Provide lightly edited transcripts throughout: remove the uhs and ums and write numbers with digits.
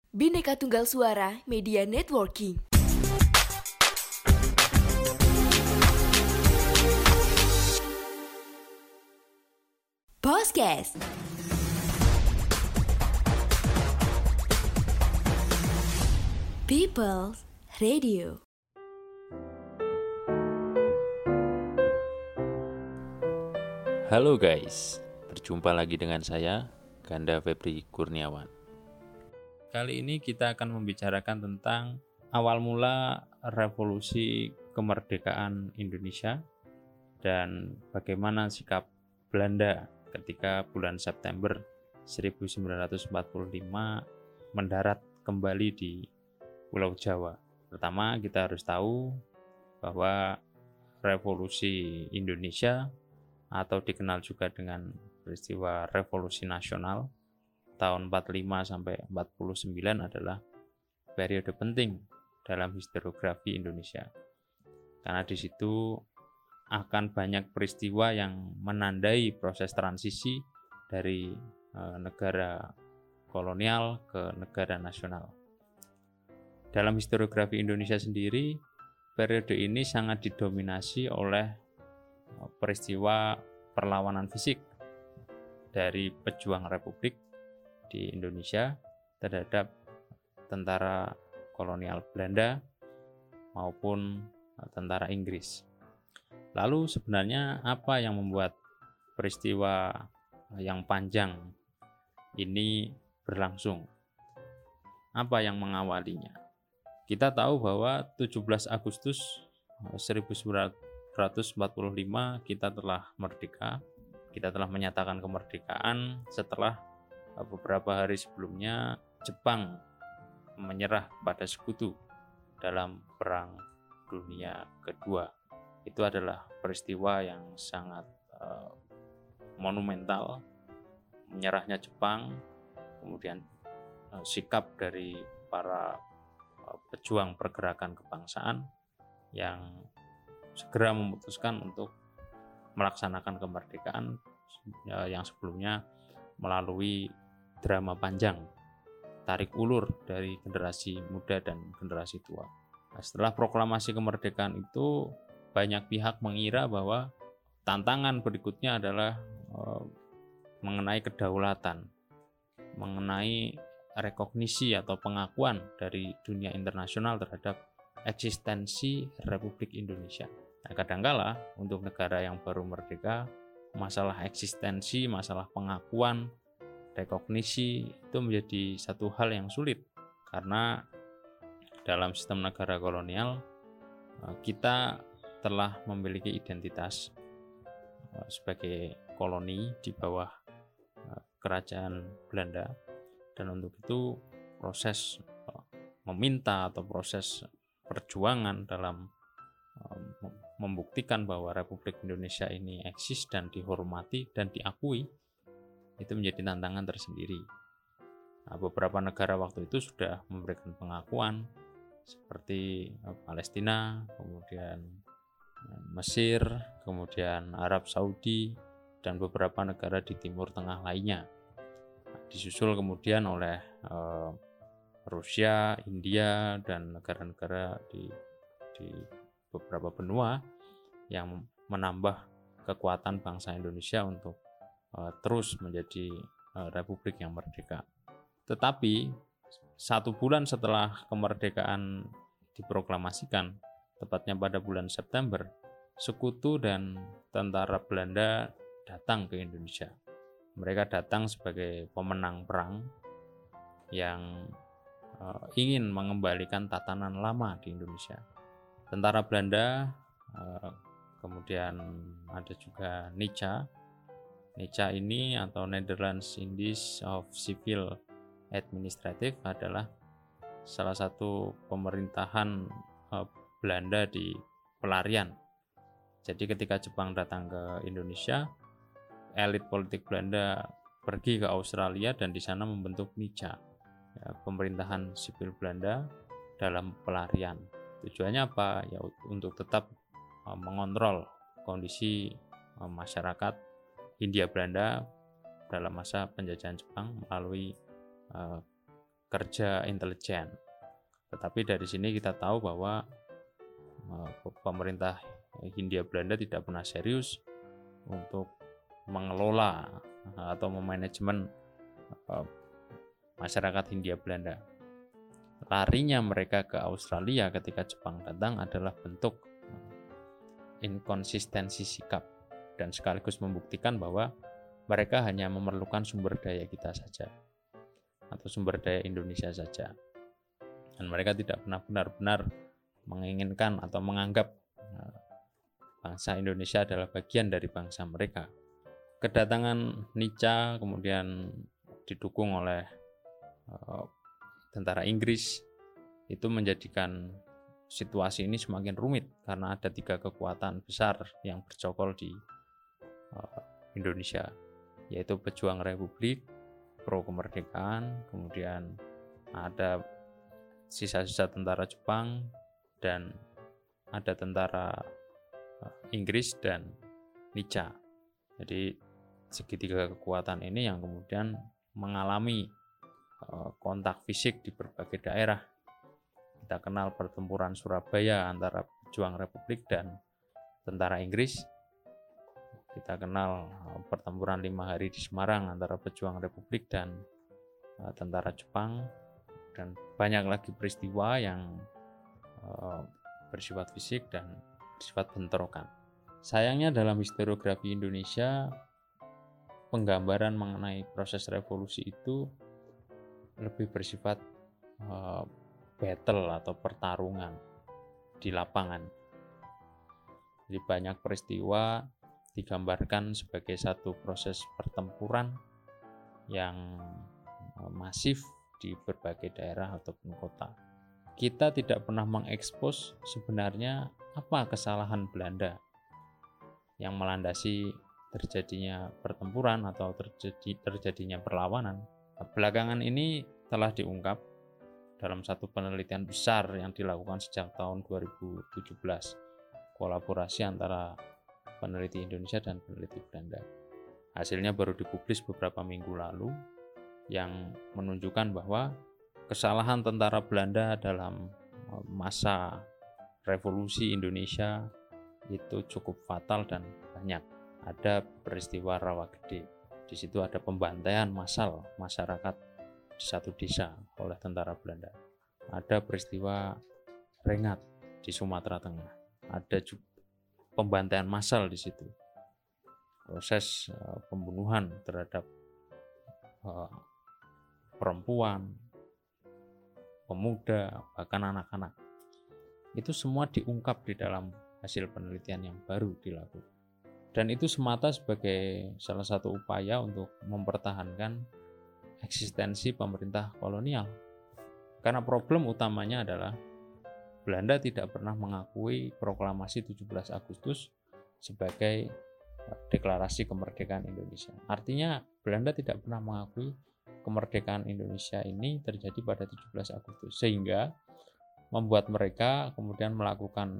Bhinneka Tunggal Suara Media Networking. Podcast. People Radio. Halo guys, berjumpa lagi dengan saya, Ganda Febri Kurniawan. Kali ini kita akan membicarakan tentang awal mula revolusi kemerdekaan Indonesia dan bagaimana sikap Belanda ketika bulan September 1945 mendarat kembali di Pulau Jawa. Pertama, kita harus tahu bahwa revolusi Indonesia atau dikenal juga dengan peristiwa revolusi nasional tahun 45 sampai 49 adalah periode penting dalam historiografi Indonesia. Karena di situ akan banyak peristiwa yang menandai proses transisi dari negara kolonial ke negara nasional. Dalam historiografi Indonesia sendiri, periode ini sangat didominasi oleh peristiwa perlawanan fisik dari pejuang Republik di Indonesia terhadap tentara kolonial Belanda maupun tentara Inggris. Lalu sebenarnya apa yang membuat peristiwa yang panjang ini berlangsung? Apa yang mengawalinya? Kita tahu bahwa 17 Agustus 1945 kita telah merdeka. Kita telah menyatakan kemerdekaan setelah beberapa hari sebelumnya Jepang menyerah kepada sekutu dalam Perang Dunia Kedua. Itu adalah peristiwa yang sangat monumental, menyerahnya Jepang, kemudian sikap dari para pejuang pergerakan kebangsaan yang segera memutuskan untuk melaksanakan kemerdekaan yang sebelumnya melalui drama panjang, tarik ulur dari generasi muda dan generasi tua. Nah, setelah proklamasi kemerdekaan itu, banyak pihak mengira bahwa tantangan berikutnya adalah mengenai kedaulatan, mengenai rekognisi atau pengakuan dari dunia internasional terhadap eksistensi Republik Indonesia. Nah, kadangkala untuk negara yang baru merdeka, masalah eksistensi, masalah pengakuan, rekognisi itu menjadi satu hal yang sulit karena dalam sistem negara kolonial kita telah memiliki identitas sebagai koloni di bawah kerajaan Belanda, dan untuk itu proses meminta atau proses perjuangan dalam membuktikan bahwa Republik Indonesia ini eksis dan dihormati dan diakui itu menjadi tantangan tersendiri. Nah, beberapa negara waktu itu sudah memberikan pengakuan seperti Palestina, kemudian Mesir, kemudian Arab Saudi, dan beberapa negara di Timur Tengah lainnya. Nah, disusul kemudian oleh Rusia, India, dan negara-negara di beberapa benua yang menambah kekuatan bangsa Indonesia untuk terus menjadi republik yang merdeka. Tetapi 1 bulan setelah kemerdekaan diproklamasikan, tepatnya pada bulan September, sekutu dan tentara Belanda datang ke Indonesia. Mereka datang sebagai pemenang perang yang ingin mengembalikan tatanan lama di Indonesia. Tentara Belanda, kemudian ada juga NICA. NICA ini atau Netherlands Indies of Civil Administrative adalah salah satu pemerintahan Belanda di pelarian. Jadi ketika Jepang datang ke Indonesia, elit politik Belanda pergi ke Australia dan di sana membentuk NICA, pemerintahan sipil Belanda dalam pelarian. Tujuannya apa? Ya untuk tetap mengontrol kondisi masyarakat Hindia Belanda dalam masa penjajahan Jepang melalui kerja intelijen. Tetapi dari sini kita tahu bahwa pemerintah Hindia Belanda tidak pernah serius untuk mengelola atau memanajemen masyarakat Hindia Belanda. Larinya mereka ke Australia ketika Jepang datang adalah bentuk inkonsistensi sikap dan sekaligus membuktikan bahwa mereka hanya memerlukan sumber daya kita saja atau sumber daya Indonesia saja. Dan mereka tidak pernah benar-benar menginginkan atau menganggap bangsa Indonesia adalah bagian dari bangsa mereka. Kedatangan Nica kemudian didukung oleh tentara Inggris itu menjadikan situasi ini semakin rumit karena ada 3 kekuatan besar yang bercokol di Indonesia, yaitu pejuang Republik, pro kemerdekaan, kemudian ada sisa-sisa tentara Jepang, dan ada tentara Inggris dan Nica. Jadi segitiga kekuatan ini yang kemudian mengalami kontak fisik di berbagai daerah. Kita kenal pertempuran Surabaya antara pejuang Republik dan tentara Inggris. Kita kenal pertempuran 5 hari di Semarang antara pejuang Republik dan tentara Jepang, dan banyak lagi peristiwa yang bersifat fisik dan bersifat bentrokan. Sayangnya dalam historiografi Indonesia, penggambaran mengenai proses revolusi itu lebih bersifat battle atau pertarungan di lapangan. Jadi banyak peristiwa digambarkan sebagai satu proses pertempuran yang masif di berbagai daerah ataupun kota. Kita tidak pernah mengekspos sebenarnya apa kesalahan Belanda yang melandasi terjadinya pertempuran atau terjadinya perlawanan. Belakangan ini telah diungkap dalam satu penelitian besar yang dilakukan sejak tahun 2017, kolaborasi antara peneliti Indonesia dan peneliti Belanda. Hasilnya baru dipublis beberapa minggu lalu, yang menunjukkan bahwa kesalahan tentara Belanda dalam masa revolusi Indonesia itu cukup fatal dan banyak. Ada peristiwa Rawagede. Di situ ada pembantaian massal masyarakat di satu desa oleh tentara Belanda. Ada peristiwa Rengat di Sumatera Tengah. Ada juga pembantaian massal di situ. Proses pembunuhan terhadap perempuan, pemuda, bahkan anak-anak. Itu semua diungkap di dalam hasil penelitian yang baru dilakukan. Dan itu semata sebagai salah satu upaya untuk mempertahankan eksistensi pemerintah kolonial. Karena problem utamanya adalah Belanda tidak pernah mengakui proklamasi 17 Agustus sebagai deklarasi kemerdekaan Indonesia. Artinya Belanda tidak pernah mengakui kemerdekaan Indonesia ini terjadi pada 17 Agustus, sehingga membuat mereka kemudian melakukan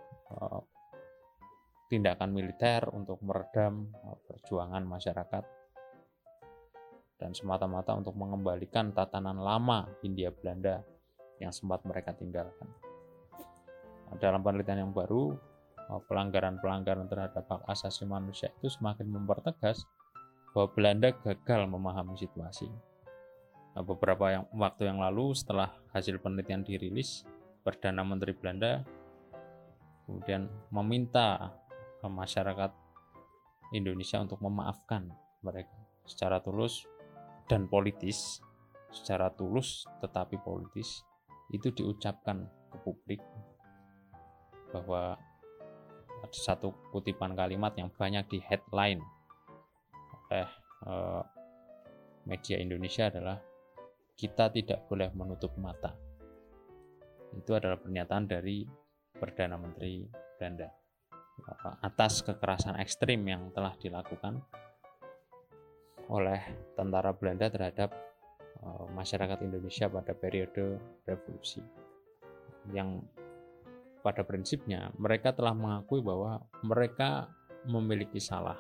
tindakan militer untuk meredam perjuangan masyarakat dan semata-mata untuk mengembalikan tatanan lama Hindia Belanda yang sempat mereka tinggalkan. Dalam penelitian yang baru, pelanggaran-pelanggaran terhadap hak asasi manusia itu semakin mempertegas bahwa Belanda gagal memahami situasi. Beberapa waktu yang lalu, setelah hasil penelitian dirilis, Perdana Menteri Belanda kemudian meminta masyarakat Indonesia untuk memaafkan mereka secara tulus dan politis, secara tulus tetapi politis. Itu diucapkan ke publik, bahwa ada satu kutipan kalimat yang banyak di headline oleh media Indonesia adalah "kita tidak boleh menutup mata". Itu adalah pernyataan dari Perdana Menteri Belanda atas kekerasan ekstrim yang telah dilakukan oleh tentara Belanda terhadap masyarakat Indonesia pada periode revolusi, yang pada prinsipnya mereka telah mengakui bahwa mereka memiliki salah.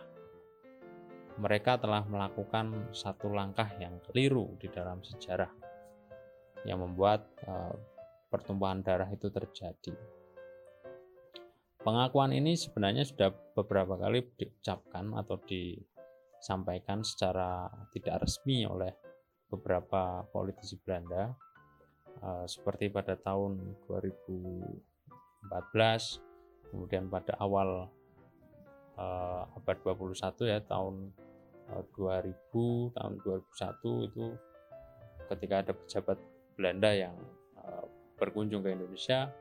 Mereka telah melakukan satu langkah yang keliru di dalam sejarah. yang membuat pertumpahan darah itu terjadi. Pengakuan ini sebenarnya sudah beberapa kali diucapkan atau disampaikan secara tidak resmi oleh beberapa politisi Belanda, seperti pada tahun 2014, kemudian pada awal abad 21 ya, tahun 2000, tahun 2001 itu ketika ada pejabat Belanda yang berkunjung ke Indonesia,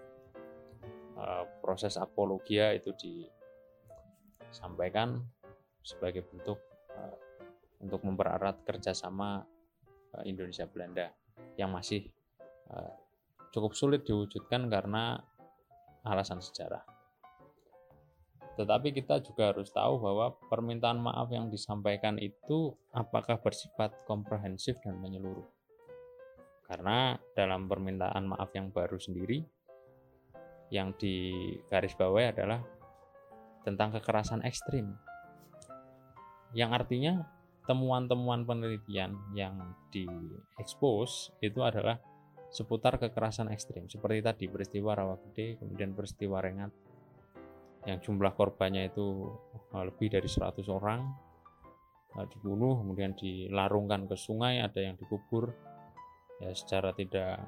proses apologia itu disampaikan sebagai bentuk untuk mempererat kerjasama Indonesia Belanda yang masih cukup sulit diwujudkan karena alasan sejarah. Tetapi kita juga harus tahu bahwa permintaan maaf yang disampaikan itu apakah bersifat komprehensif dan menyeluruh. Karena dalam permintaan maaf yang baru sendiri, yang digarisbawahi adalah tentang kekerasan ekstrim. Yang artinya temuan-temuan penelitian yang diekspos itu adalah seputar kekerasan ekstrim. Seperti tadi peristiwa Rawagede, kemudian peristiwa Rengat, yang jumlah korbannya itu lebih dari 100 orang dibunuh, kemudian dilarungkan ke sungai, ada yang dikubur ya secara tidak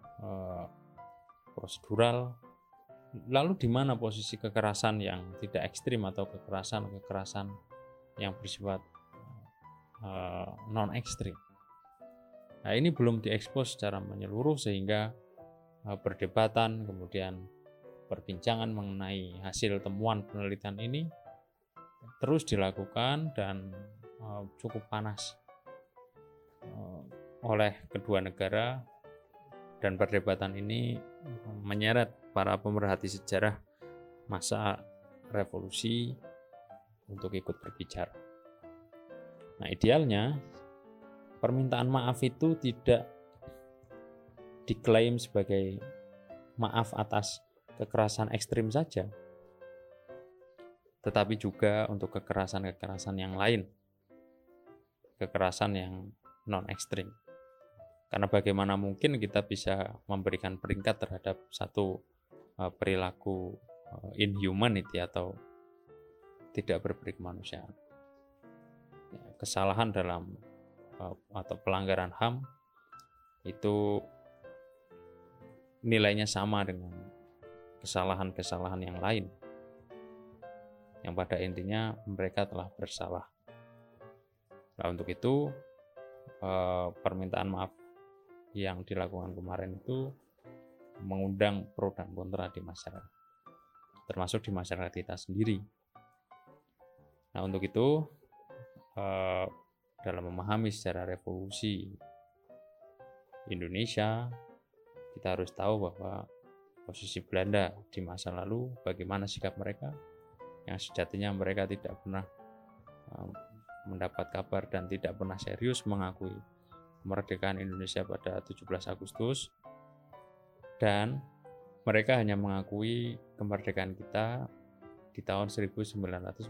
prosedural. Lalu di mana posisi kekerasan yang tidak ekstrim atau kekerasan yang bersifat non ekstrim? Nah, ini belum diekspos secara menyeluruh sehingga perdebatan kemudian perbincangan mengenai hasil temuan penelitian ini terus dilakukan dan cukup panas oleh kedua negara, dan perdebatan ini menyeret para pemerhati sejarah masa revolusi untuk ikut berbicara. Nah, idealnya permintaan maaf itu tidak diklaim sebagai maaf atas kekerasan ekstrim saja, tetapi juga untuk kekerasan-kekerasan yang lain, kekerasan yang non ekstrim. Karena bagaimana mungkin kita bisa memberikan peringkat terhadap satu perilaku inhumanity atau tidak berperi kemanusiaan. Kesalahan dalam atau pelanggaran HAM itu nilainya sama dengan kesalahan-kesalahan yang lain, yang pada intinya mereka telah bersalah. Nah, untuk itu permintaan maaf yang dilakukan kemarin itu mengundang pro dan kontra di masyarakat, termasuk di masyarakat kita sendiri. Nah, untuk itu dalam memahami sejarah revolusi Indonesia, kita harus tahu bahwa posisi Belanda di masa lalu, bagaimana sikap mereka, yang sejatinya mereka tidak pernah mendapat kabar dan tidak pernah serius mengakui kemerdekaan Indonesia pada 17 Agustus, dan mereka hanya mengakui kemerdekaan kita di tahun 1949.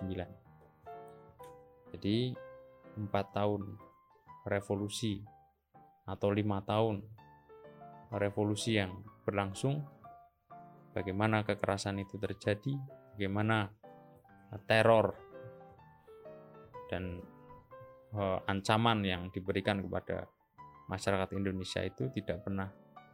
Jadi 4 tahun revolusi atau 5 tahun revolusi yang berlangsung, bagaimana kekerasan itu terjadi, bagaimana teror dan ancaman yang diberikan kepada masyarakat Indonesia itu tidak pernah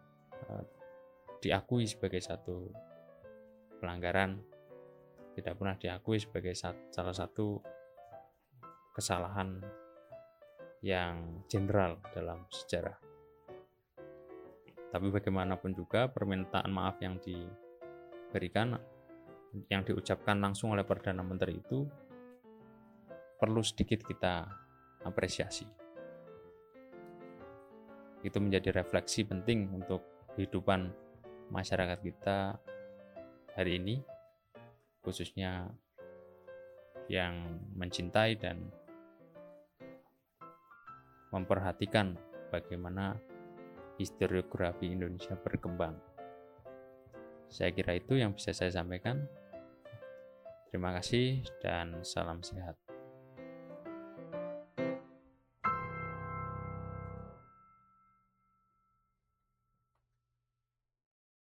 diakui sebagai satu pelanggaran, tidak pernah diakui sebagai salah satu kesalahan yang general dalam sejarah. Tapi bagaimanapun juga permintaan maaf yang diberikan, yang diucapkan langsung oleh Perdana Menteri itu perlu sedikit kita apresiasi. Itu menjadi refleksi penting untuk kehidupan masyarakat kita hari ini, khususnya yang mencintai dan memperhatikan bagaimana historiografi Indonesia berkembang. Saya kira itu yang bisa saya sampaikan. Terima kasih dan salam sehat.